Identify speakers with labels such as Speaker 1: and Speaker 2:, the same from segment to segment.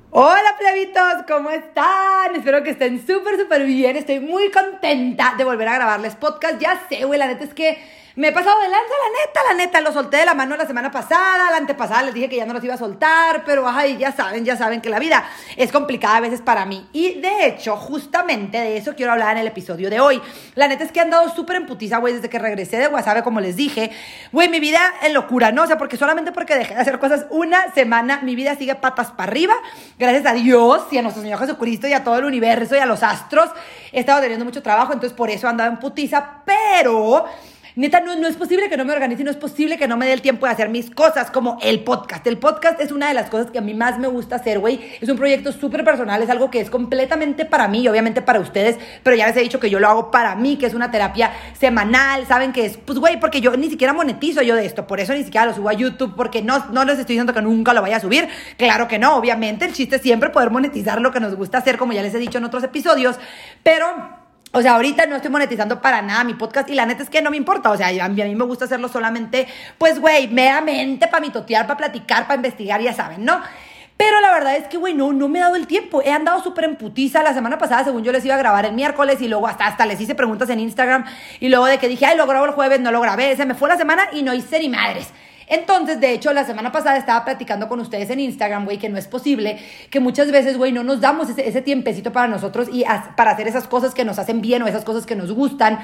Speaker 1: Hola plebitos, ¿cómo están? Espero que estén súper bien. Estoy muy contenta de volver a grabarles podcast. Ya sé, güey, la neta es que me he pasado de lanza, la neta. Lo solté de la mano la semana pasada, la antepasada les dije que ya no los iba a soltar, pero ay, ya saben que la vida es complicada a veces para mí. Y de hecho, justamente de eso quiero hablar en el episodio de hoy. La neta es que he andado súper en putiza, güey, desde que regresé de Guasave, como les dije. Güey, mi vida en locura, ¿no? O sea, porque solamente porque dejé de hacer cosas una semana, mi vida sigue patas para arriba. Gracias a Dios y a nuestro Señor Jesucristo y a todo el universo y a los astros. He estado teniendo mucho trabajo, entonces por eso he andado en putiza, pero neta, no es posible que no me organice, no es posible que no me dé el tiempo de hacer mis cosas, como el podcast. El podcast es una de las cosas que a mí más me gusta hacer, güey. Es un proyecto súper personal, es algo que es completamente para mí y obviamente para ustedes, pero ya les he dicho que yo lo hago para mí, que es una terapia semanal, ¿saben? Que es, pues, güey, porque yo ni siquiera monetizo yo de esto, por eso ni siquiera lo subo a YouTube, porque no les estoy diciendo que nunca lo vaya a subir. Claro que no, obviamente, el chiste es siempre poder monetizar lo que nos gusta hacer, como ya les he dicho en otros episodios, pero o sea, ahorita no estoy monetizando para nada mi podcast y la neta es que no me importa. O sea, a mí me gusta hacerlo solamente, pues, güey, meramente para mitotear, para platicar, para investigar, ya saben, ¿no? Pero la verdad es que, güey, no me he dado el tiempo. He andado súper en putiza. La semana pasada, según yo, les iba a grabar el miércoles y luego hasta les hice preguntas en Instagram y luego de que dije, ay, lo grabo el jueves, no lo grabé. Se me fue la semana y no hice ni madres. Entonces, de hecho, la semana pasada estaba platicando con ustedes en Instagram, güey, que no es posible, que muchas veces, güey, no nos damos ese tiempecito para nosotros y para hacer esas cosas que nos hacen bien o esas cosas que nos gustan.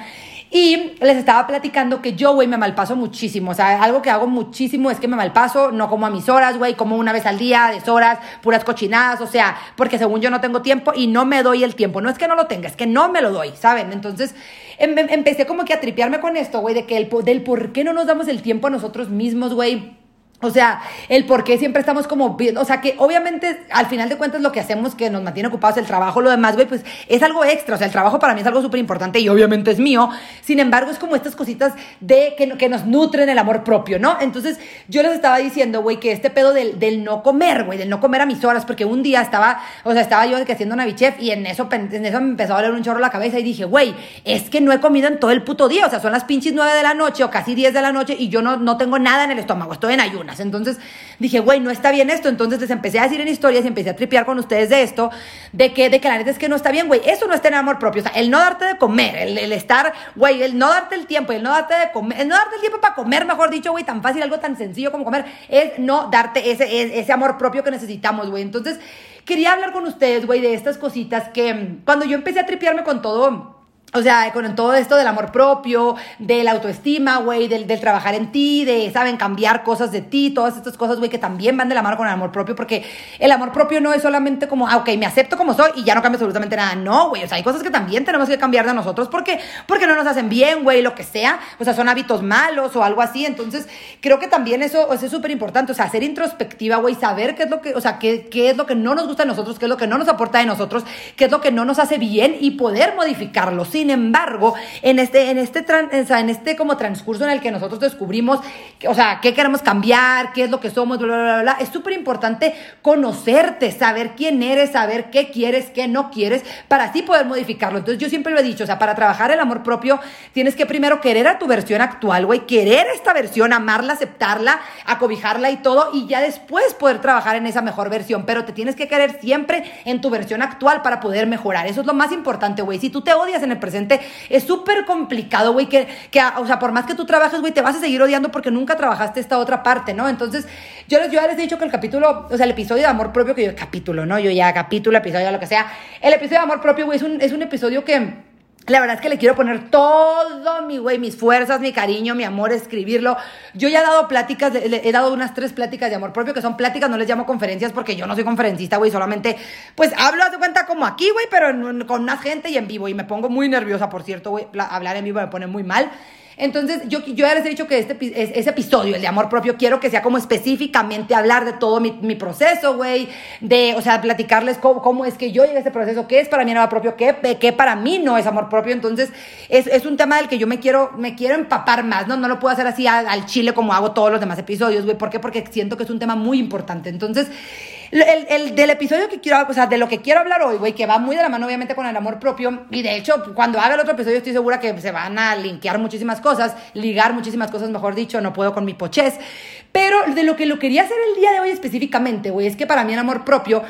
Speaker 1: Y les estaba platicando que yo, güey, me malpaso muchísimo. O sea, algo que hago muchísimo es que me malpaso, no como a mis horas, güey, como una vez al día, deshoras, puras cochinadas, o sea, porque según yo no tengo tiempo y no me doy el tiempo. No es que no lo tenga, es que no me lo doy, ¿saben? Entonces, empecé como que a tripearme con esto, güey, del por qué no nos damos el tiempo a nosotros mismos, güey. O sea, el por qué siempre estamos como viendo, o sea, que obviamente al final de cuentas lo que hacemos que nos mantiene ocupados, el trabajo, lo demás, güey, pues es algo extra. O sea, el trabajo para mí es algo súper importante y obviamente es mío. Sin embargo, es como estas cositas que nos nutren el amor propio, ¿no? Entonces, yo les estaba diciendo, güey, que este pedo del no comer, güey, del no comer a mis horas, porque un día estaba yo haciendo Navichef y en eso me empezó a doler un chorro la cabeza y dije, güey, es que no he comido en todo el puto día. O sea, son las pinches 9 de la noche o casi 10 de la noche y yo no tengo nada en el estómago, estoy en ayuno. Entonces dije, güey, no está bien esto. Entonces les empecé a decir en historias y empecé a tripear con ustedes de esto, de que la neta es que no está bien, güey. Eso no es tener amor propio. O sea, el no darte de comer, el estar, güey, el no darte el tiempo, el no darte de comer, el no darte el tiempo para comer, mejor dicho, güey, tan fácil, algo tan sencillo como comer, es no darte ese amor propio que necesitamos, güey. Entonces quería hablar con ustedes, güey, de estas cositas que cuando yo empecé a tripearme con todo. O sea, con todo esto del amor propio, de la autoestima, güey, del trabajar en ti, de, ¿saben? Cambiar cosas de ti, todas estas cosas, güey, que también van de la mano con el amor propio, porque el amor propio no es solamente como, ok, me acepto como soy y ya no cambio absolutamente nada. No, güey, o sea, hay cosas que también tenemos que cambiar de nosotros porque no nos hacen bien, güey, lo que sea. O sea, son hábitos malos o algo así. Entonces, creo que también eso es súper importante. O sea, ser introspectiva, güey, saber qué es lo que, o sea, qué es lo que no nos gusta de nosotros, qué es lo que no nos aporta de nosotros, qué es lo que no nos hace bien y poder modificarlo. Sin embargo, en este como transcurso en el que nosotros descubrimos, o sea, qué queremos cambiar, qué es lo que somos, bla, bla, bla, bla, es súper importante conocerte, saber quién eres, saber qué quieres, qué no quieres, para así poder modificarlo. Entonces, yo siempre lo he dicho, o sea, para trabajar el amor propio, tienes que primero querer a tu versión actual, güey, querer esta versión, amarla, aceptarla, acobijarla y todo, y ya después poder trabajar en esa mejor versión, pero te tienes que querer siempre en tu versión actual para poder mejorar. Eso es lo más importante, güey. Si tú te odias en el presente, es súper complicado, güey, o sea, por más que tú trabajes, güey, te vas a seguir odiando porque nunca trabajaste esta otra parte, ¿no? Entonces, yo ya les he dicho que el capítulo, o sea, el episodio de amor propio, episodio, lo que sea, el episodio de amor propio, güey, es un episodio que la verdad es que le quiero poner todo mis fuerzas, mi cariño, mi amor, escribirlo. Yo ya he dado pláticas, he dado unas 3 pláticas de amor propio, que son pláticas, no les llamo conferencias porque yo no soy conferencista, güey, solamente, pues, hablo, haz de cuenta, como aquí, güey, pero con más gente y en vivo, y me pongo muy nerviosa, por cierto, güey, hablar en vivo me pone muy mal. Entonces, yo ya les he dicho que ese episodio, el de amor propio, quiero que sea como específicamente hablar de todo mi proceso, güey, o sea, platicarles cómo es que yo llegué a ese proceso, qué es para mí el amor propio, qué para mí no es amor propio. Entonces, es un tema del que yo me quiero empapar más, ¿no? No lo puedo hacer así al chile como hago todos los demás episodios, güey. ¿Por qué? Porque siento que es un tema muy importante. Entonces, del episodio que quiero, o sea, de lo que quiero hablar hoy, güey, que va muy de la mano obviamente con el amor propio, y de hecho cuando haga el otro episodio estoy segura que se van a ligar muchísimas cosas, mejor dicho, no puedo con mi pochez, pero de lo que lo quería hacer el día de hoy específicamente, güey, es que para mí el amor propio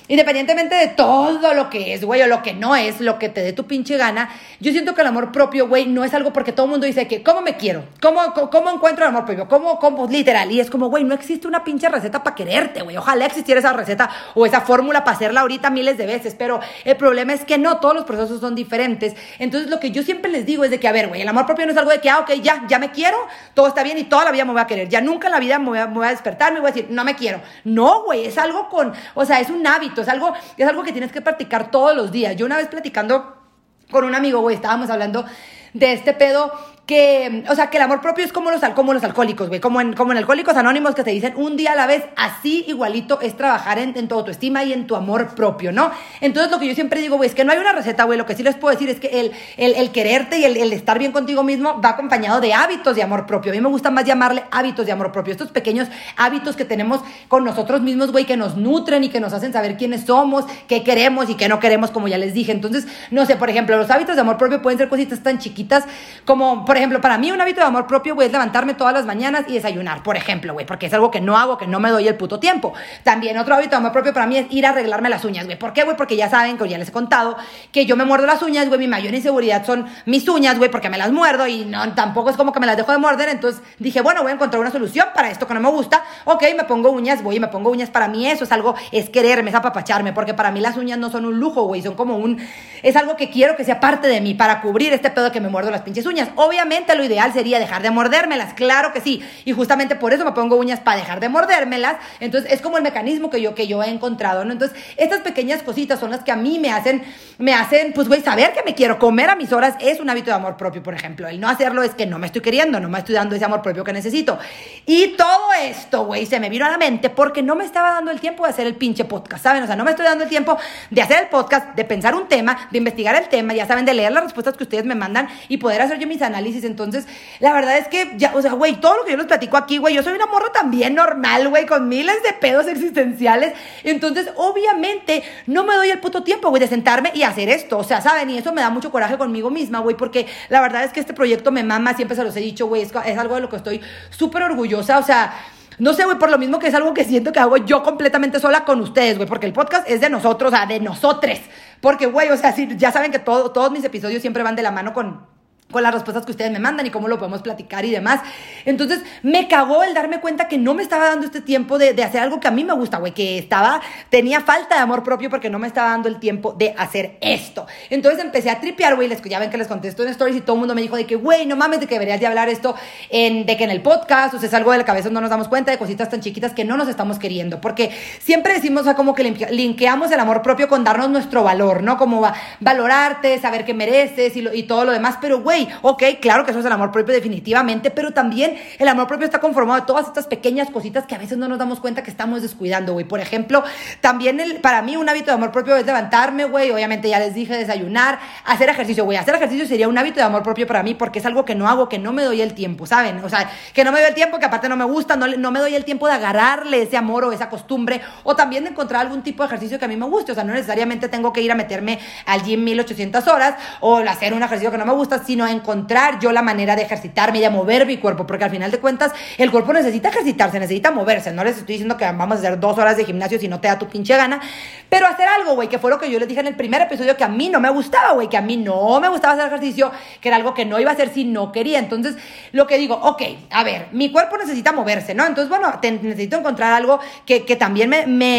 Speaker 1: independientemente de todo lo que es, güey, o lo que no es, lo que te dé tu pinche gana, yo siento que el amor propio, güey, no es algo porque todo el mundo dice que, ¿cómo me quiero? ¿Cómo encuentro el amor propio? ¿Cómo? Literal, y es como, güey, no existe una pinche receta para quererte, güey, ojalá existiera esa receta o esa fórmula para hacerla ahorita miles de veces, pero el problema es que no, todos los procesos son diferentes. Entonces, lo que yo siempre les digo es de que, a ver, güey, el amor propio no es algo de que, ok, ya me quiero, todo está bien y toda la vida me voy a querer, ya nunca en la vida me voy a despertar, me voy a decir, no me quiero. No, güey, es algo es un hábito, es algo que tienes que practicar todos los días. Yo una vez platicando con un amigo, güey, estábamos hablando de este pedo que el amor propio es como los alcohólicos, güey, como en Alcohólicos Anónimos, que te dicen un día a la vez, así igualito es trabajar en tu autoestima y en tu amor propio, ¿no? Entonces, lo que yo siempre digo, güey, es que no hay una receta, güey, lo que sí les puedo decir es que el quererte y el estar bien contigo mismo va acompañado de hábitos de amor propio. A mí me gusta más llamarle hábitos de amor propio, estos pequeños hábitos que tenemos con nosotros mismos, güey, que nos nutren y que nos hacen saber quiénes somos, qué queremos y qué no queremos, como ya les dije. Entonces, no sé, por ejemplo, los hábitos de amor propio pueden ser cositas tan chiquitas como, por ejemplo, para mí un hábito de amor propio, güey, es levantarme todas las mañanas y desayunar, por ejemplo, güey, porque es algo que no hago, que no me doy el puto tiempo. También otro hábito de amor propio para mí es ir a arreglarme las uñas, güey. ¿Por qué, güey? Porque ya saben, que ya les he contado, que yo me muerdo las uñas, güey, mi mayor inseguridad son mis uñas, güey, porque me las muerdo y no, tampoco es como que me las dejo de morder. Entonces dije, bueno, voy a encontrar una solución para esto que no me gusta. Ok, me pongo uñas, güey, me pongo uñas. Para mí eso es quererme, es apapacharme, porque para mí las uñas no son un lujo, güey, son como es algo que quiero que sea parte de mí para cubrir este pedo que me muerdo las pinches uñas. Obviamente lo ideal sería dejar de mordérmelas, claro que sí, y justamente por eso me pongo uñas, para dejar de mordérmelas. Entonces es como el mecanismo que yo he encontrado, ¿no? Entonces estas pequeñas cositas son las que a mí me hacen, pues, güey, saber que me quiero. Comer a mis horas es un hábito de amor propio, por ejemplo. El no hacerlo es que no me estoy queriendo, no me estoy dando ese amor propio que necesito. Y todo esto, güey, se me vino a la mente porque no me estaba dando el tiempo de hacer el pinche podcast, ¿saben? O sea, no me estoy dando el tiempo de hacer el podcast, de pensar un tema, de investigar el tema, ya saben, de leer las respuestas que ustedes me mandan y poder hacer yo mis análisis. Entonces, la verdad es que ya, o sea, güey, todo lo que yo les platico aquí, güey, yo soy una morra también normal, güey, con miles de pedos existenciales. Entonces, obviamente, no me doy el puto tiempo, güey, de sentarme y hacer esto. O sea, ¿saben? Y eso me da mucho coraje conmigo misma, güey, porque la verdad es que este proyecto me mama, siempre se los he dicho, güey, es algo de lo que estoy súper orgullosa. O sea, no sé, güey, por lo mismo que es algo que siento que hago yo completamente sola con ustedes, güey, porque el podcast es de nosotros, o sea, de nosotres. Porque, güey, o sea, sí, ya saben que todos mis episodios siempre van de la mano con las respuestas que ustedes me mandan y cómo lo podemos platicar y demás. Entonces, me cagó el darme cuenta que no me estaba dando este tiempo de hacer algo que a mí me gusta, güey, que tenía falta de amor propio porque no me estaba dando el tiempo de hacer esto. Entonces, empecé a tripear, güey, ya ven que les contesto en stories y todo el mundo me dijo de que, güey, no mames, de que deberías de hablar esto de que en el podcast, o sea, es algo de la cabeza, no nos damos cuenta de cositas tan chiquitas que no nos estamos queriendo, porque siempre decimos, o sea, como que linkeamos el amor propio con darnos nuestro valor, ¿no? Como valorarte, saber que mereces y todo lo demás, pero, güey, ok, claro que eso es el amor propio definitivamente, pero también el amor propio está conformado de todas estas pequeñas cositas que a veces no nos damos cuenta que estamos descuidando, güey. Por ejemplo, también para mí un hábito de amor propio es levantarme, güey, obviamente ya les dije, desayunar, hacer ejercicio, güey. Hacer ejercicio sería un hábito de amor propio para mí porque es algo que no hago, que no me doy el tiempo, ¿saben? O sea, que no me doy el tiempo, que aparte no me gusta, no me doy el tiempo de agarrarle ese amor o esa costumbre, o también de encontrar algún tipo de ejercicio que a mí me guste. O sea, no necesariamente tengo que ir a meterme al gym 1800 horas o hacer un ejercicio que no me gusta, sino encontrar yo la manera de ejercitarme y de mover mi cuerpo, porque al final de cuentas el cuerpo necesita ejercitarse, necesita moverse. No les estoy diciendo que vamos a hacer 2 horas de gimnasio si no te da tu pinche gana, pero hacer algo, güey, que fue lo que yo les dije en el primer episodio, que a mí no me gustaba, güey, que a mí no me gustaba hacer ejercicio, que era algo que no iba a hacer si no quería. Entonces, lo que digo, ok, a ver, mi cuerpo necesita moverse, ¿no? Entonces, bueno, necesito encontrar algo que también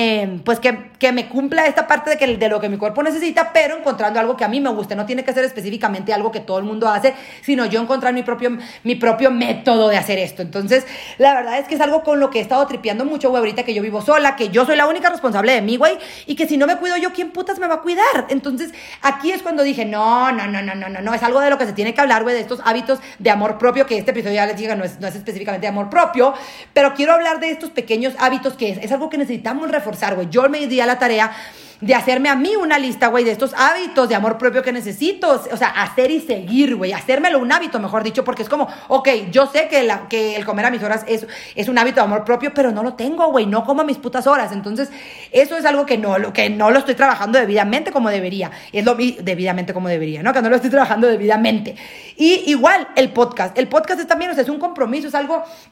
Speaker 1: que me cumpla esta parte de lo que mi cuerpo necesita, pero encontrando algo que a mí me guste. No tiene que ser específicamente algo que todo el mundo hace, sino yo encontrar mi propio método de hacer esto. Entonces, la verdad es que es algo con lo que he estado tripeando mucho, güey, ahorita que yo vivo sola, que yo soy la única responsable de mí, güey, y que si no me cuido yo, ¿quién putas me va a cuidar? Entonces, aquí es cuando dije, no, es algo de lo que se tiene que hablar, güey, de estos hábitos de amor propio, que este episodio ya les digo, no es específicamente de amor propio, pero quiero hablar de estos pequeños hábitos que es algo que necesitamos reforzar, güey. Yo me di a la tarea de hacerme a mí una lista, güey, de estos hábitos de amor propio que necesito, o sea, hacer y seguir, güey, hacérmelo un hábito, mejor dicho, porque es como, ok, yo sé que el comer a mis horas es un hábito de amor propio, pero no lo tengo, güey, no como a mis putas horas. Entonces, eso es algo que no lo estoy trabajando debidamente como debería, debidamente como debería, ¿no? Que no lo estoy trabajando debidamente. Y igual, el podcast es también, o sea, es un compromiso, es algo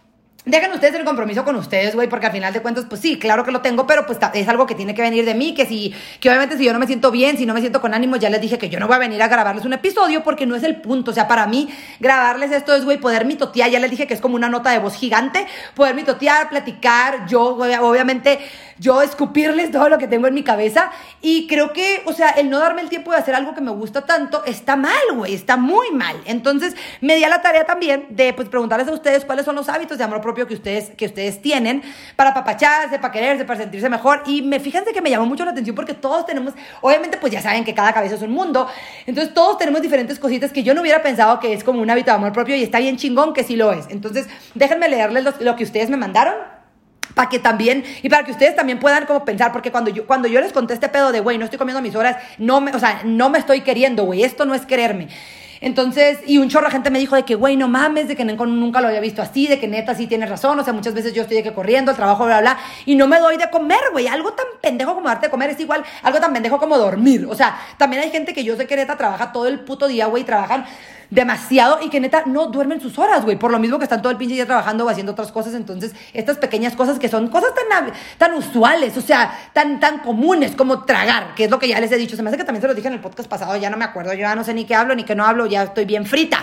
Speaker 1: dejen ustedes el compromiso con ustedes, güey, porque al final de cuentas, pues sí, claro que lo tengo, pero pues es algo que tiene que venir de mí, que obviamente si yo no me siento bien, si no me siento con ánimo, ya les dije que yo no voy a venir a grabarles un episodio porque no es el punto. O sea, para mí, grabarles esto es, güey, poder mitotear, ya les dije que es como una nota de voz gigante, poder mitotear, platicar, yo, obviamente, yo escupirles todo lo que tengo en mi cabeza, y creo que, o sea, el no darme el tiempo de hacer algo que me gusta tanto está mal, güey, está muy mal. Entonces, me di a la tarea también de, pues, preguntarles a ustedes cuáles son los hábitos de amor propio que ustedes tienen para apapacharse, para quererse, para sentirse mejor. Y fíjense que me llamó mucho la atención porque todos tenemos, obviamente, pues ya saben que cada cabeza es un mundo, entonces todos tenemos diferentes cositas que yo no hubiera pensado que es como un hábito de amor propio, y está bien chingón que sí lo es. Entonces, déjenme leerles lo que ustedes me mandaron, para que también, y para que ustedes también puedan como pensar, porque cuando yo les conté este pedo de, güey, no estoy comiendo mis horas, no me estoy queriendo, güey, esto no es quererme. Entonces, y un chorro de gente me dijo de que, güey, no mames, de que nunca lo había visto así, de que neta sí tienes razón, o sea, muchas veces yo estoy de que corriendo, el trabajo, bla, bla, y no me doy de comer, güey. Algo tan pendejo como darte de comer es igual algo tan pendejo como dormir. O sea, también hay gente que yo sé que neta trabaja todo el puto día, güey, trabajan demasiado y que neta no duermen sus horas, güey, por lo mismo que están todo el pinche día trabajando o haciendo otras cosas. Entonces, estas pequeñas cosas que son cosas tan usuales, o sea, tan comunes como tragar, que es lo que ya les he dicho. Se me hace que también se lo dije en el podcast pasado, ya no me acuerdo, yo ya no sé ni qué hablo ni qué no hablo, ya estoy bien frita.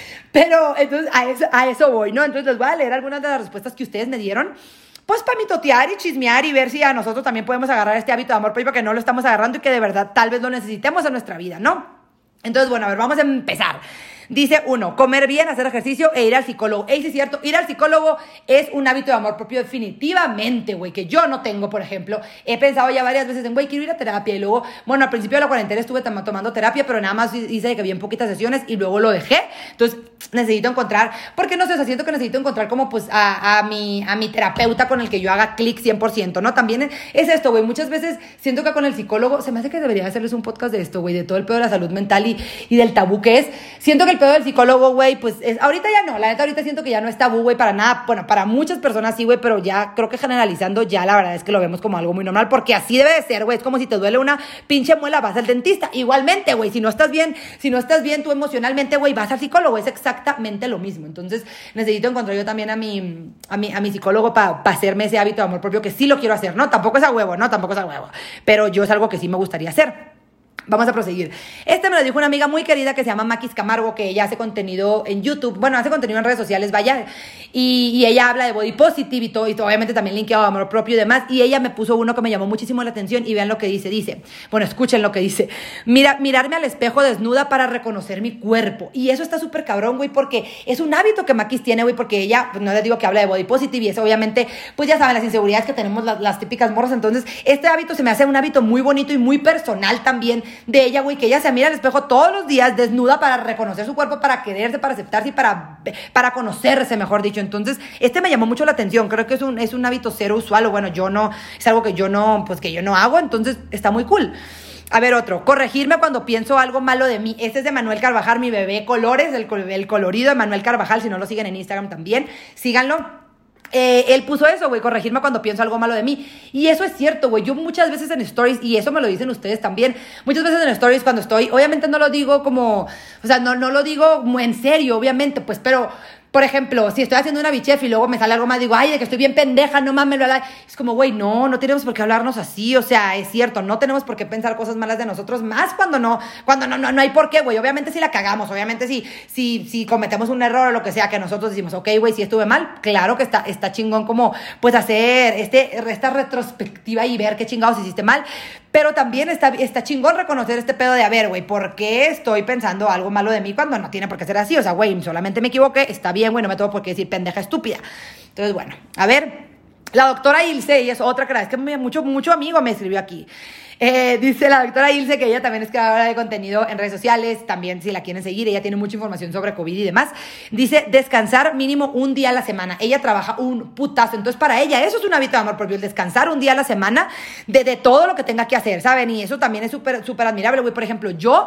Speaker 1: Pero entonces a eso voy, ¿no? Entonces les voy a leer algunas de las respuestas que ustedes me dieron, pues para mitotear y chismear y ver si a nosotros también podemos agarrar este hábito de amor propio que no lo estamos agarrando y que de verdad tal vez lo necesitemos en nuestra vida, ¿no? Entonces, bueno, a ver, vamos a empezar. Dice 1, comer bien, hacer ejercicio e ir al psicólogo. Sí es cierto, ir al psicólogo es un hábito de amor propio definitivamente, güey, que yo no tengo, por ejemplo. He pensado ya varias veces en, güey, quiero ir a terapia. Y luego, bueno, al principio de la cuarentena estuve tomando terapia, pero nada más hice de que bien poquitas sesiones y luego lo dejé. Entonces, necesito encontrar, porque no sé, o sea, siento que necesito encontrar como pues a mi terapeuta con el que yo haga clic 100%, ¿no? También es esto, güey, muchas veces siento que con el psicólogo, se me hace que debería hacerles un podcast de esto, güey, de todo el pedo de la salud mental y del tabú que es. Siento que el pedo del psicólogo, güey, pues ahorita ya no, la neta ahorita siento que ya no es tabú, güey, para nada. Bueno, para muchas personas sí, güey, pero ya creo que generalizando ya la verdad es que lo vemos como algo muy normal, porque así debe de ser, güey. Es como si te duele una pinche muela, vas al dentista. Igualmente, güey, si no estás bien tú emocionalmente, güey, vas al psicólogo, es exactamente lo mismo. Entonces necesito encontrar yo también a mi psicólogo para hacerme ese hábito de amor propio, que sí lo quiero hacer, ¿no? Tampoco es a huevo, pero yo es algo que sí me gustaría hacer. Vamos a proseguir. Me lo dijo una amiga muy querida que se llama Maquis Camargo, que ella hace contenido en YouTube, bueno, hace contenido en redes sociales, vaya, y ella habla de body positive y todo, obviamente también linkeado a amor propio y demás, y ella me puso uno que me llamó muchísimo la atención, y vean lo que dice, bueno, escuchen lo que dice: mirarme al espejo desnuda para reconocer mi cuerpo. Y eso está súper cabrón, güey, porque es un hábito que Maquis tiene, güey, porque ella, pues no les digo que habla de body positive, y eso obviamente, pues ya saben, las inseguridades que tenemos las típicas morras. Entonces, este hábito se me hace un hábito muy bonito y muy personal también de ella, güey, que ella se mira al espejo todos los días desnuda para reconocer su cuerpo, para quererse, para aceptarse y para conocerse, mejor dicho. Entonces, me llamó mucho la atención. Creo que es un hábito cero usual, o bueno, es algo que yo no hago, entonces está muy cool. A ver, otro: corregirme cuando pienso algo malo de mí. Este es de Manuel Carvajal, mi bebé Colores, el colorido de Manuel Carvajal. Si no lo siguen en Instagram también, síganlo. Él puso eso, güey: corregirme cuando pienso algo malo de mí. Y eso es cierto, güey. Yo muchas veces en stories, y eso me lo dicen ustedes también, muchas veces en stories cuando estoy, obviamente no lo digo como, o sea, no lo digo en serio, obviamente, pues, pero por ejemplo, si estoy haciendo una bichef y luego me sale algo más, digo, ay, de que estoy bien pendeja, no mames, bla, bla. Es como, güey, no tenemos por qué hablarnos así. O sea, es cierto, no tenemos por qué pensar cosas malas de nosotros, más cuando no hay por qué, güey. Obviamente si la cagamos, obviamente si cometemos un error o lo que sea, que nosotros decimos, ok, güey, si estuve mal, claro que está chingón como, pues, hacer esta retrospectiva y ver qué chingados hiciste mal. Pero también está chingón reconocer este pedo de, a ver, güey, ¿por qué estoy pensando algo malo de mí cuando no tiene por qué ser así? O sea, güey, solamente me equivoqué, está bien, güey, no me tengo por qué decir pendeja estúpida. Entonces, bueno, a ver, la doctora Ilse, ella es otra cara, es que mucho amigo me escribió aquí. Dice la doctora Ilse que ella también es creadora de contenido en redes sociales, también si la quieren seguir, ella tiene mucha información sobre COVID y demás. Dice: descansar mínimo un día a la semana. Ella trabaja un putazo, entonces para ella eso es un hábito de amor propio, el descansar un día a la semana de todo lo que tenga que hacer, ¿saben? Y eso también es súper admirable, güey. Por ejemplo, yo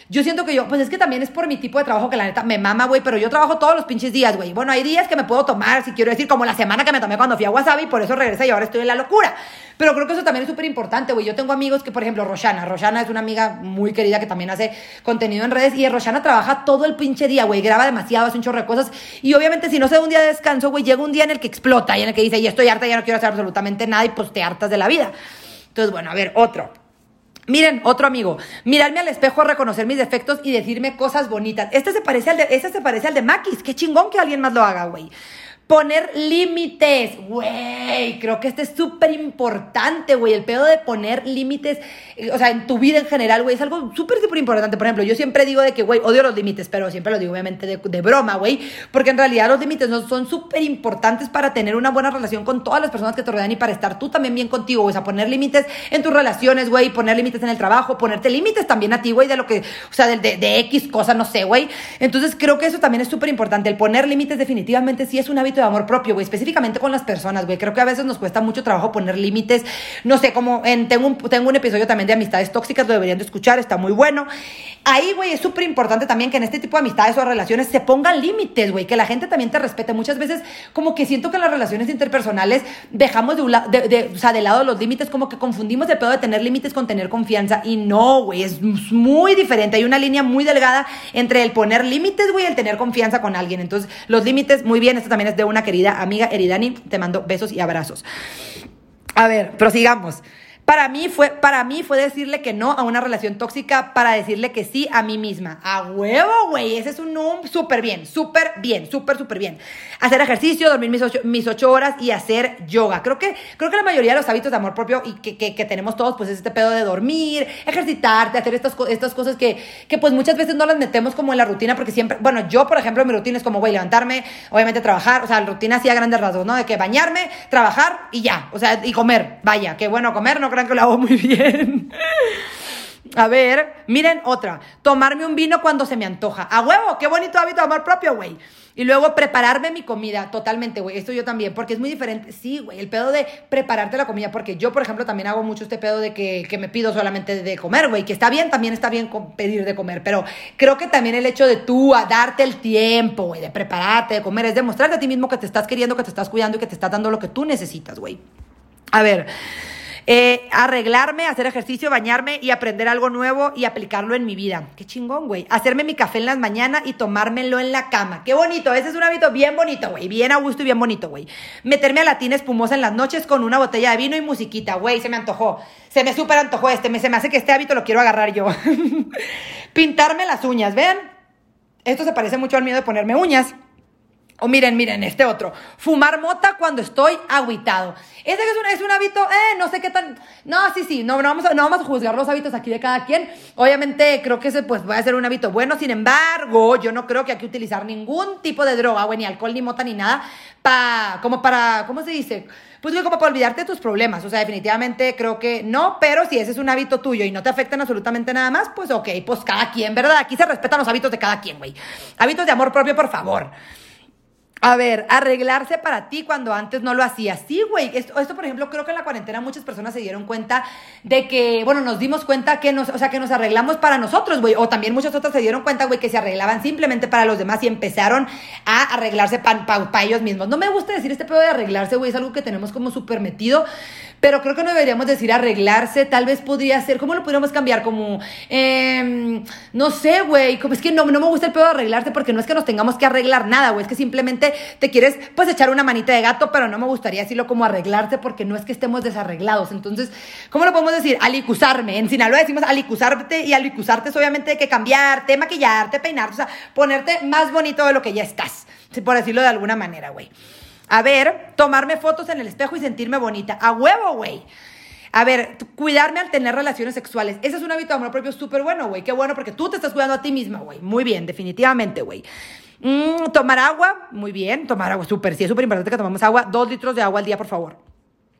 Speaker 1: yo siento que pues es que también es por mi tipo de trabajo que la neta me mama, güey, pero yo trabajo todos los pinches días, güey. Bueno, hay días que me puedo tomar, si quiero decir, como la semana que me tomé cuando fui a Wasabi, por eso regresa y ahora estoy en la locura. Pero creo que eso también es súper importante, güey. Yo tengo amigos que, por ejemplo, Roshana es una amiga muy querida que también hace contenido en redes, y Roshana trabaja todo el pinche día, güey, graba demasiado, hace un chorro de cosas, y obviamente si no se da un día de descanso, güey, llega un día en el que explota y en el que dice, ya estoy harta, ya no quiero hacer absolutamente nada, y pues te hartas de la vida. Entonces, bueno, a ver, otro. Miren, otro amigo, mirarme al espejo, reconocer mis defectos y decirme cosas bonitas. Este se parece al de Makis. Qué chingón que alguien más lo haga, güey. Poner límites, güey, creo que este es súper importante, güey, el pedo de poner límites, o sea, en tu vida en general, güey, es algo súper importante. Por ejemplo, yo siempre digo de que, güey, odio los límites, pero siempre lo digo obviamente de broma, güey, porque en realidad los límites no son súper importantes para tener una buena relación con todas las personas que te rodean y para estar tú también bien contigo, güey. O sea, poner límites en tus relaciones, güey, poner límites en el trabajo, ponerte límites también a ti, güey, de lo que, o sea, de X cosa, no sé, güey. Entonces creo que eso también es súper importante, el poner límites definitivamente sí es un hábito de amor propio, güey, específicamente con las personas, güey. Creo que a veces nos cuesta mucho trabajo poner límites, no sé, como tengo un episodio también de amistades tóxicas, lo deberían de escuchar, está muy bueno. Ahí, güey, es súper importante también que en este tipo de amistades o relaciones se pongan límites, güey, que la gente también te respete. Muchas veces como que siento que en las relaciones interpersonales dejamos de lado los límites, como que confundimos el pedo de tener límites con tener confianza, y no, güey, es muy diferente. Hay una línea muy delgada entre el poner límites, güey, y el tener confianza con alguien. Entonces, los límites, muy bien, esto también es de una querida amiga, Eridani, te mando besos y abrazos. A ver, prosigamos. Para mí fue decirle que no a una relación tóxica para decirle que sí a mí misma. A huevo, güey. Ese es un súper bien. Hacer ejercicio, dormir mis 8 horas y hacer yoga. Creo que la mayoría de los hábitos de amor propio y que tenemos todos, pues es este pedo de dormir, ejercitarte, hacer estas cosas que pues muchas veces no las metemos como en la rutina, porque siempre, bueno, yo, por ejemplo, mi rutina es como, güey, levantarme, obviamente trabajar, o sea, la rutina así a grandes rasgos, ¿no? De que bañarme, trabajar y ya, o sea, y comer. Vaya, qué bueno comer, no que lo hago muy bien. A ver, miren otra. Tomarme un vino cuando se me antoja. ¡A huevo! ¡Qué bonito hábito de amor propio, güey! Y luego prepararme mi comida. Totalmente, güey. Esto yo también, porque es muy diferente. Sí, güey, el pedo de prepararte la comida, porque yo, por ejemplo, también hago mucho este pedo de que me pido solamente de comer, güey. Que está bien, también está bien pedir de comer, pero creo que también el hecho de tú a darte el tiempo, güey, de prepararte, de comer, es demostrarte a ti mismo que te estás queriendo, que te estás cuidando y que te estás dando lo que tú necesitas, güey. A ver... arreglarme, hacer ejercicio, bañarme y aprender algo nuevo y aplicarlo en mi vida. Qué chingón, güey. Hacerme mi café en las mañanas y tomármelo en la cama. Qué bonito. Ese es un hábito bien bonito, güey. Bien a gusto y bien bonito, güey. Meterme a la tina espumosa en las noches con una botella de vino y musiquita. Güey, se me antojó. Se me súper antojó se me hace que este hábito lo quiero agarrar yo. Pintarme las uñas, ¿ven? Esto se parece mucho al miedo de ponerme uñas. O miren, este otro. Fumar mota cuando estoy agüitado. Ese es un hábito, no sé qué tan... No, sí, no vamos a juzgar los hábitos aquí de cada quien. Obviamente creo que ese pues va a ser un hábito bueno. Sin embargo, yo no creo que hay que utilizar ningún tipo de droga, güey, ni alcohol, ni mota, ni nada, ¿cómo se dice? Pues güey, como para olvidarte de tus problemas. O sea, definitivamente creo que no, pero si ese es un hábito tuyo y no te afectan absolutamente nada más, pues ok, pues cada quien, ¿verdad? Aquí se respetan los hábitos de cada quien, güey. Hábitos de amor propio, por favor. A ver, arreglarse para ti cuando antes no lo hacías. Sí, güey. Esto, por ejemplo, creo que en la cuarentena muchas personas se dieron cuenta de que, bueno, nos dimos cuenta que nos arreglamos para nosotros, güey. O también muchas otras se dieron cuenta, güey, que se arreglaban simplemente para los demás y empezaron a arreglarse para ellos mismos. No me gusta decir este pedo de arreglarse, güey. Es algo que tenemos como súper metido. Pero creo que no deberíamos decir arreglarse. Tal vez podría ser, ¿cómo lo podríamos cambiar? Como, no sé, güey. Es que no me gusta el pedo de arreglarse porque no es que nos tengamos que arreglar nada, güey. Es que simplemente te quieres, pues, echar una manita de gato, pero no me gustaría decirlo como arreglarse porque no es que estemos desarreglados. Entonces, ¿cómo lo podemos decir? Alicuzarme. En Sinaloa decimos alicuzarte, y alicuzarte es obviamente que cambiarte, maquillarte, peinarte, o sea, ponerte más bonito de lo que ya estás, por decirlo de alguna manera, güey. A ver, tomarme fotos en el espejo y sentirme bonita. ¡A huevo, güey! A ver, cuidarme al tener relaciones sexuales. Ese es un hábito de amor propio súper bueno, güey. Qué bueno, porque tú te estás cuidando a ti misma, güey. Muy bien, definitivamente, güey. Tomar agua, muy bien. Tomar agua, súper. Sí, es súper importante que tomemos agua. 2 litros de agua al día, por favor.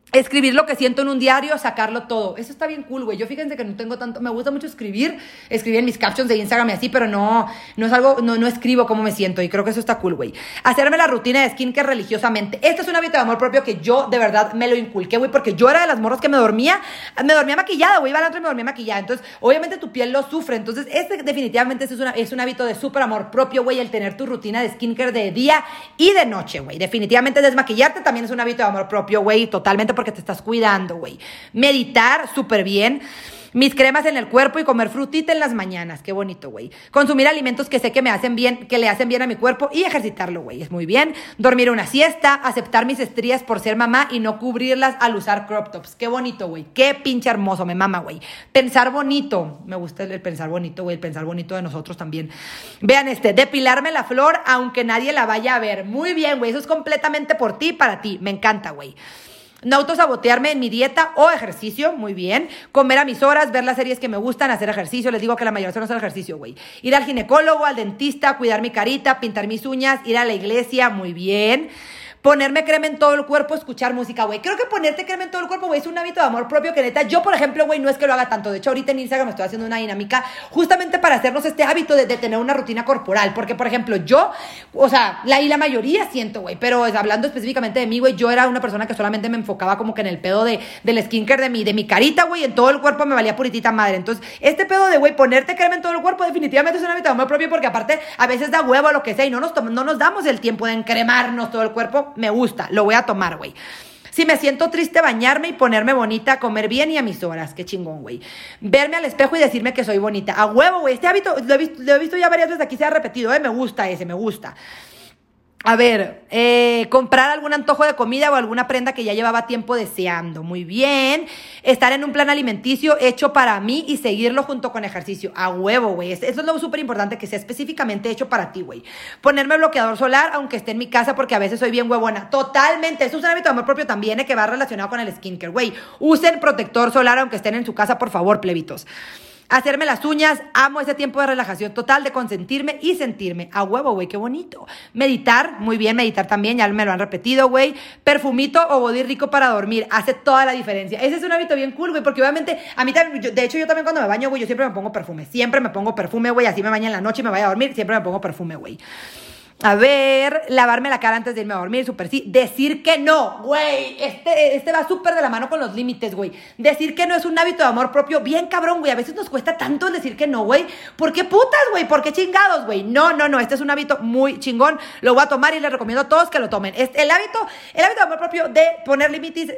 Speaker 1: escribir lo que siento en un diario, sacarlo todo. Eso está bien cool, güey. Yo fíjense que no tengo tanto... Me gusta mucho escribir en mis captions de Instagram y así, pero no es algo... No escribo cómo me siento y creo que eso está cool, güey. Hacerme la rutina de skincare religiosamente. Este es un hábito de amor propio que yo, de verdad, me lo inculqué, güey, porque yo era de las morras que me dormía maquillada, güey. Iba al otro y me dormía maquillada. Entonces, obviamente tu piel lo sufre. Entonces, definitivamente es un hábito de súper amor propio, güey, el tener tu rutina de skincare de día y de noche, güey. Definitivamente desmaquillarte también es un hábito de amor propio, güey, totalmente, porque te estás cuidando, güey. Meditar, súper bien. Mis cremas en el cuerpo y comer frutita en las mañanas. Qué bonito, güey. Consumir alimentos que sé que me hacen bien, que le hacen bien a mi cuerpo y ejercitarlo, güey. Es muy bien. Dormir una siesta, aceptar mis estrías por ser mamá y no cubrirlas al usar crop tops. Qué bonito, güey. Qué pinche hermoso, me mama, güey. Pensar bonito. Me gusta el pensar bonito, güey. El pensar bonito de nosotros también. Vean depilarme la flor aunque nadie la vaya a ver. Muy bien, güey. Eso es completamente por ti y para ti. Me encanta, güey. No autosabotearme en mi dieta o ejercicio, muy bien. Comer a mis horas, ver las series que me gustan, hacer ejercicio. Les digo que la mayoría son hacer ejercicio, güey. Ir al ginecólogo, al dentista, cuidar mi carita, pintar mis uñas, ir a la iglesia, muy bien. Ponerme crema en todo el cuerpo, escuchar música, güey. Creo que ponerte crema en todo el cuerpo, güey, es un hábito de amor propio que neta, yo, por ejemplo, güey, no es que lo haga tanto. De hecho, ahorita en Instagram estoy haciendo una dinámica justamente para hacernos este hábito de tener una rutina corporal. Porque, por ejemplo, yo, o sea, la mayoría siento, güey, pero hablando específicamente de mí, güey, yo era una persona que solamente me enfocaba como que en el pedo del skincare de mi carita, güey, en todo el cuerpo me valía puritita madre. Entonces, este pedo de, güey, ponerte crema en todo el cuerpo definitivamente es un hábito de amor propio porque aparte a veces da huevo o lo que sea y no nos damos el tiempo de encremarnos todo el cuerpo. Me gusta, lo voy a tomar, güey. Si me siento triste, bañarme y ponerme bonita, comer bien y a mis horas. Qué chingón, güey. Verme al espejo y decirme que soy bonita. A huevo, güey. Este hábito lo he visto ya varias veces aquí, se ha repetido, me gusta me gusta. A ver, comprar algún antojo de comida o alguna prenda que ya llevaba tiempo deseando. Muy bien. Estar en un plan alimenticio hecho para mí y seguirlo junto con ejercicio. A huevo, güey. Eso es lo súper importante, que sea específicamente hecho para ti, güey. Ponerme bloqueador solar aunque esté en mi casa porque a veces soy bien huevona. Totalmente. Eso es un hábito de amor propio también, que va relacionado con el skincare, güey. Usen protector solar aunque estén en su casa, por favor, plebitos. Hacerme las uñas, amo ese tiempo de relajación total, de consentirme y sentirme. A huevo, güey, qué bonito. Meditar, muy bien, meditar también, ya me lo han repetido, güey. Perfumito o body rico para dormir, hace toda la diferencia. Ese es un hábito bien cool, güey, porque obviamente a mí también, de hecho yo también cuando me baño, güey, yo siempre me pongo perfume, güey, así me baño en la noche y me vaya a dormir, siempre me pongo perfume, güey. A ver, lavarme la cara antes de irme a dormir, súper sí. Decir que no, güey. Este va súper de la mano con los límites, güey. Decir que no es un hábito de amor propio bien cabrón, güey. A veces nos cuesta tanto el decir que no, güey. ¿Por qué putas, güey? ¿Por qué chingados, güey? No. Este es un hábito muy chingón. Lo voy a tomar y les recomiendo a todos que lo tomen. El hábito de amor propio de poner límites,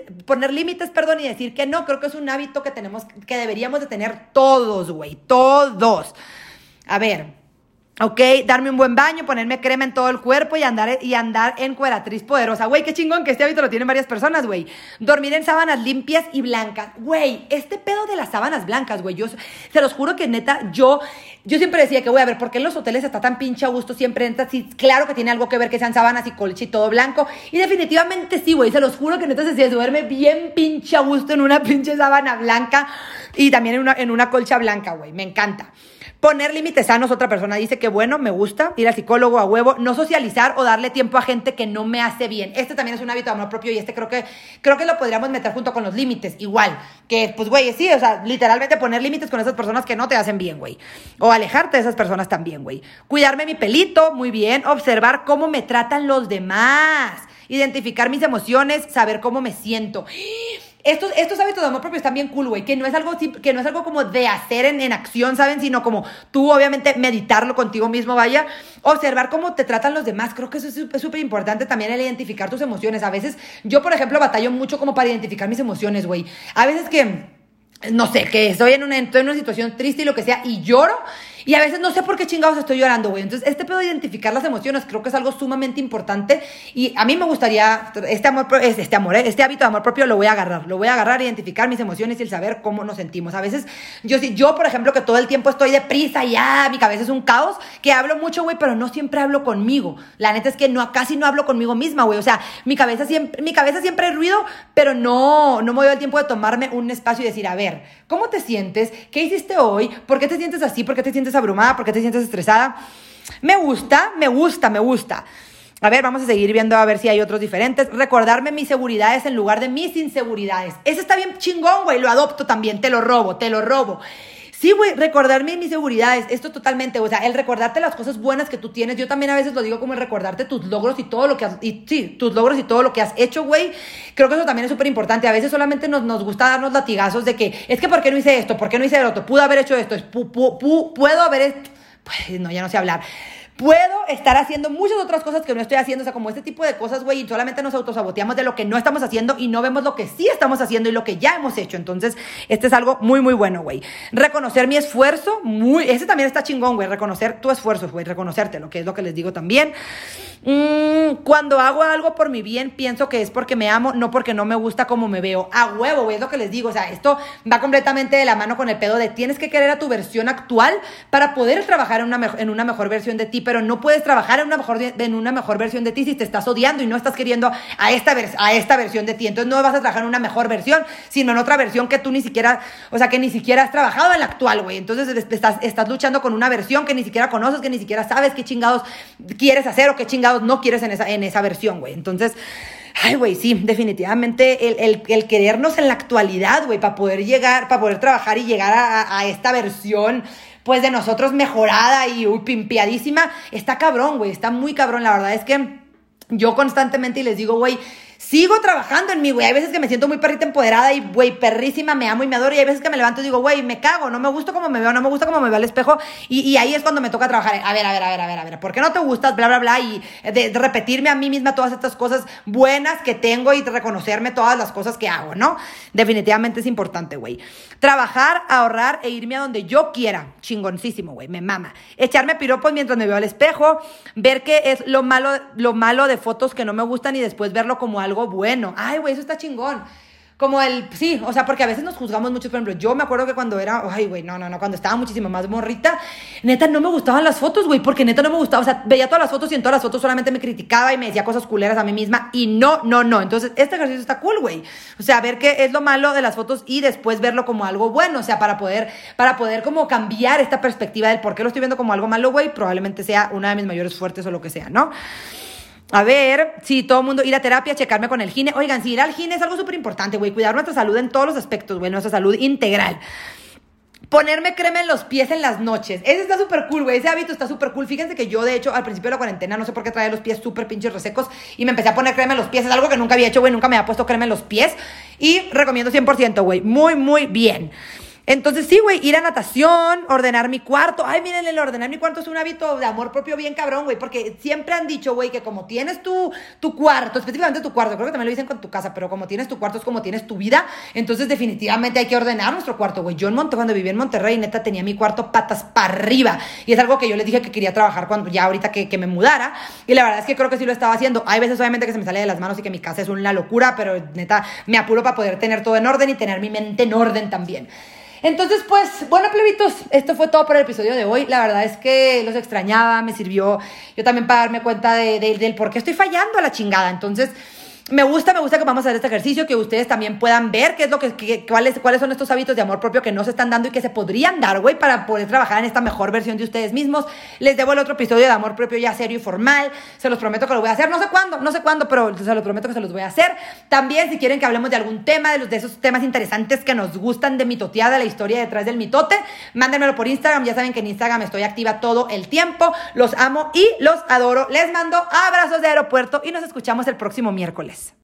Speaker 1: y decir que no, creo que es un hábito que deberíamos de tener todos, güey. Todos. A ver. Ok, darme un buen baño, ponerme crema en todo el cuerpo y andar en cueratriz poderosa. Güey, qué chingón que este hábito lo tienen varias personas, güey. Dormir en sábanas limpias y blancas. Güey, este pedo de las sábanas blancas, güey. Yo se los juro que neta, yo siempre decía que, güey, a ver, ¿por qué en los hoteles está tan pinche a gusto siempre entras? Sí, claro que tiene algo que ver que sean sábanas y colcha y todo blanco. Y definitivamente sí, güey. Se los juro que neta se duerme bien pinche a gusto en una pinche sábana blanca y también en una colcha blanca, güey. Me encanta. Poner límites sanos, otra persona dice que bueno, me gusta, ir al psicólogo a huevo, no socializar o darle tiempo a gente que no me hace bien. Este también es un hábito de amor propio y creo que lo podríamos meter junto con los límites, igual. Que, pues, güey, sí, o sea, literalmente poner límites con esas personas que no te hacen bien, güey. O alejarte de esas personas también, güey. Cuidarme mi pelito, muy bien. Observar cómo me tratan los demás. Identificar mis emociones, saber cómo me siento. Estos hábitos de amor propio están bien cool, güey, que no es algo como de hacer en acción, ¿saben? Sino como tú, obviamente, meditarlo contigo mismo, vaya, observar cómo te tratan los demás. Creo que eso es súper importante también, el identificar tus emociones. A veces, yo, por ejemplo, batallo mucho como para identificar mis emociones, güey. A veces que, no sé, que estoy en una situación triste y lo que sea, y lloro, y a veces no sé por qué chingados estoy llorando, güey. Entonces, este pedo de identificar las emociones creo que es algo sumamente importante y a mí me gustaría, este hábito de amor propio lo voy a agarrar, identificar mis emociones y el saber cómo nos sentimos. A veces, yo, por ejemplo, que todo el tiempo estoy deprisa y mi cabeza es un caos, que hablo mucho, güey, pero no siempre hablo conmigo. La neta es que casi no hablo conmigo misma, güey. O sea, mi cabeza siempre hay ruido, pero no me doy el tiempo de tomarme un espacio y decir, a ver, ¿cómo te sientes? ¿Qué hiciste hoy? ¿Por qué te sientes así? ¿Por qué te sientes abrumada? ¿Por qué te sientes estresada? Me gusta. A ver, vamos a seguir viendo a ver si hay otros diferentes. Recordarme mis seguridades en lugar de mis inseguridades. Ese está bien chingón, güey. Lo adopto también. Te lo robo. Sí, güey, recordarme mis seguridades. Esto totalmente, o sea, el recordarte las cosas buenas que tú tienes. Yo también a veces lo digo como el recordarte tus logros y todo lo que has... tus logros y todo lo que has hecho, güey. Creo que eso también es súper importante. A veces solamente nos gusta darnos latigazos de que, es que ¿por qué no hice esto? ¿Por qué no hice el otro? Pude haber hecho esto. Puedo haber... Pues no, ya no sé hablar. Puedo estar haciendo muchas otras cosas que no estoy haciendo, o sea, como este tipo de cosas, güey, y solamente nos autosaboteamos de lo que no estamos haciendo y no vemos lo que sí estamos haciendo y lo que ya hemos hecho. Entonces, este es algo muy, muy bueno, güey. Reconocer mi esfuerzo, ese también está chingón, güey, reconocer tu esfuerzo, güey, reconocerte, lo que es lo que les digo también. Cuando hago algo por mi bien, pienso que es porque me amo, no porque no me gusta como me veo. A huevo, güey, es lo que les digo, o sea, esto va completamente de la mano con el pedo de tienes que querer a tu versión actual para poder trabajar en una mejor versión de ti, pero no puedes trabajar en una mejor versión de ti si te estás odiando y no estás queriendo a esta versión de ti. Entonces no vas a trabajar en una mejor versión, sino en otra versión que tú ni siquiera, o sea, que ni siquiera has trabajado en la actual, güey. Entonces estás luchando con una versión que ni siquiera conoces, que ni siquiera sabes qué chingados quieres hacer o qué chingados no quieres en esa versión, güey. Entonces... Ay, güey, sí, definitivamente el querernos en la actualidad, güey, para poder trabajar y llegar a esta versión, pues, de nosotros mejorada y pimpeadísima, está cabrón, güey, está muy cabrón. La verdad es que yo constantemente, y les digo, güey, sigo trabajando en mí, güey. Hay veces que me siento muy perrita empoderada y, güey, perrísima, me amo y me adoro. Y hay veces que me levanto y digo, güey, me cago, no me gusta cómo me veo, no me gusta cómo me veo al espejo. Y ahí es cuando me toca trabajar. A ver, ¿por qué no te gustas? Bla, bla, bla. Y de repetirme a mí misma todas estas cosas buenas que tengo y de reconocerme todas las cosas que hago, ¿no? Definitivamente es importante, güey. Trabajar, ahorrar e irme a donde yo quiera. Chingoncísimo, güey, me mama. Echarme piropos mientras me veo al espejo. Ver qué es lo malo de fotos que no me gustan y después verlo como algo bueno. Ay, güey, eso está chingón. Como sí, o sea, porque a veces nos juzgamos mucho. Por ejemplo, yo me acuerdo que cuando era, ay, güey, no, cuando estaba muchísimo más morrita, neta, no me gustaban las fotos, güey, porque neta no me gustaba, o sea, veía todas las fotos y en todas las fotos solamente me criticaba y me decía cosas culeras a mí misma y no. Entonces, este ejercicio está cool, güey. O sea, ver qué es lo malo de las fotos y después verlo como algo bueno, o sea, para poder como cambiar esta perspectiva del por qué lo estoy viendo como algo malo, güey, probablemente sea una de mis mayores fuertes o lo que sea, ¿no? A ver, sí, todo el mundo, ir a terapia, checarme con el gine. Oigan, sí, ir al gine es algo súper importante, güey. Cuidar nuestra salud en todos los aspectos, güey. Nuestra salud integral. Ponerme crema en los pies en las noches. Ese está súper cool, güey. Ese hábito está súper cool. Fíjense que yo, de hecho, al principio de la cuarentena, no sé por qué traía los pies súper pinches resecos y me empecé a poner crema en los pies. Es algo que nunca había hecho, güey. Nunca me había puesto crema en los pies. Y recomiendo 100%, güey. Muy, muy bien. Entonces, sí, güey, ir a natación, ordenar mi cuarto. Ay, miren, el ordenar mi cuarto es un hábito de amor propio bien cabrón, güey, porque siempre han dicho, güey, que como tienes tu cuarto, específicamente tu cuarto, creo que también lo dicen con tu casa, pero como tienes tu cuarto es como tienes tu vida, entonces definitivamente hay que ordenar nuestro cuarto, güey. Yo cuando vivía en Monterrey, neta, tenía mi cuarto patas para arriba, y es algo que yo les dije que quería trabajar ahorita que me mudara, y la verdad es que creo que sí lo estaba haciendo. Hay veces, obviamente, que se me sale de las manos y que mi casa es una locura, pero neta, me apuro para poder tener todo en orden y tener mi mente en orden también. Entonces, pues, bueno, plebitos, esto fue todo por el episodio de hoy. La verdad es que los extrañaba, me sirvió yo también para darme cuenta del por qué estoy fallando a la chingada. Entonces, me gusta que vamos a hacer este ejercicio, que ustedes también puedan ver qué es lo cuáles son estos hábitos de amor propio que no se están dando y que se podrían dar, güey, para poder trabajar en esta mejor versión de ustedes mismos. Les debo el otro episodio de amor propio ya serio y formal. Se los prometo que lo voy a hacer. No sé cuándo, pero se los prometo que se los voy a hacer. También, si quieren que hablemos de algún tema, de esos temas interesantes que nos gustan de mitotear, de la historia detrás del mitote, mándenmelo por Instagram. Ya saben que en Instagram estoy activa todo el tiempo. Los amo y los adoro. Les mando abrazos de aeropuerto y nos escuchamos el próximo miércoles.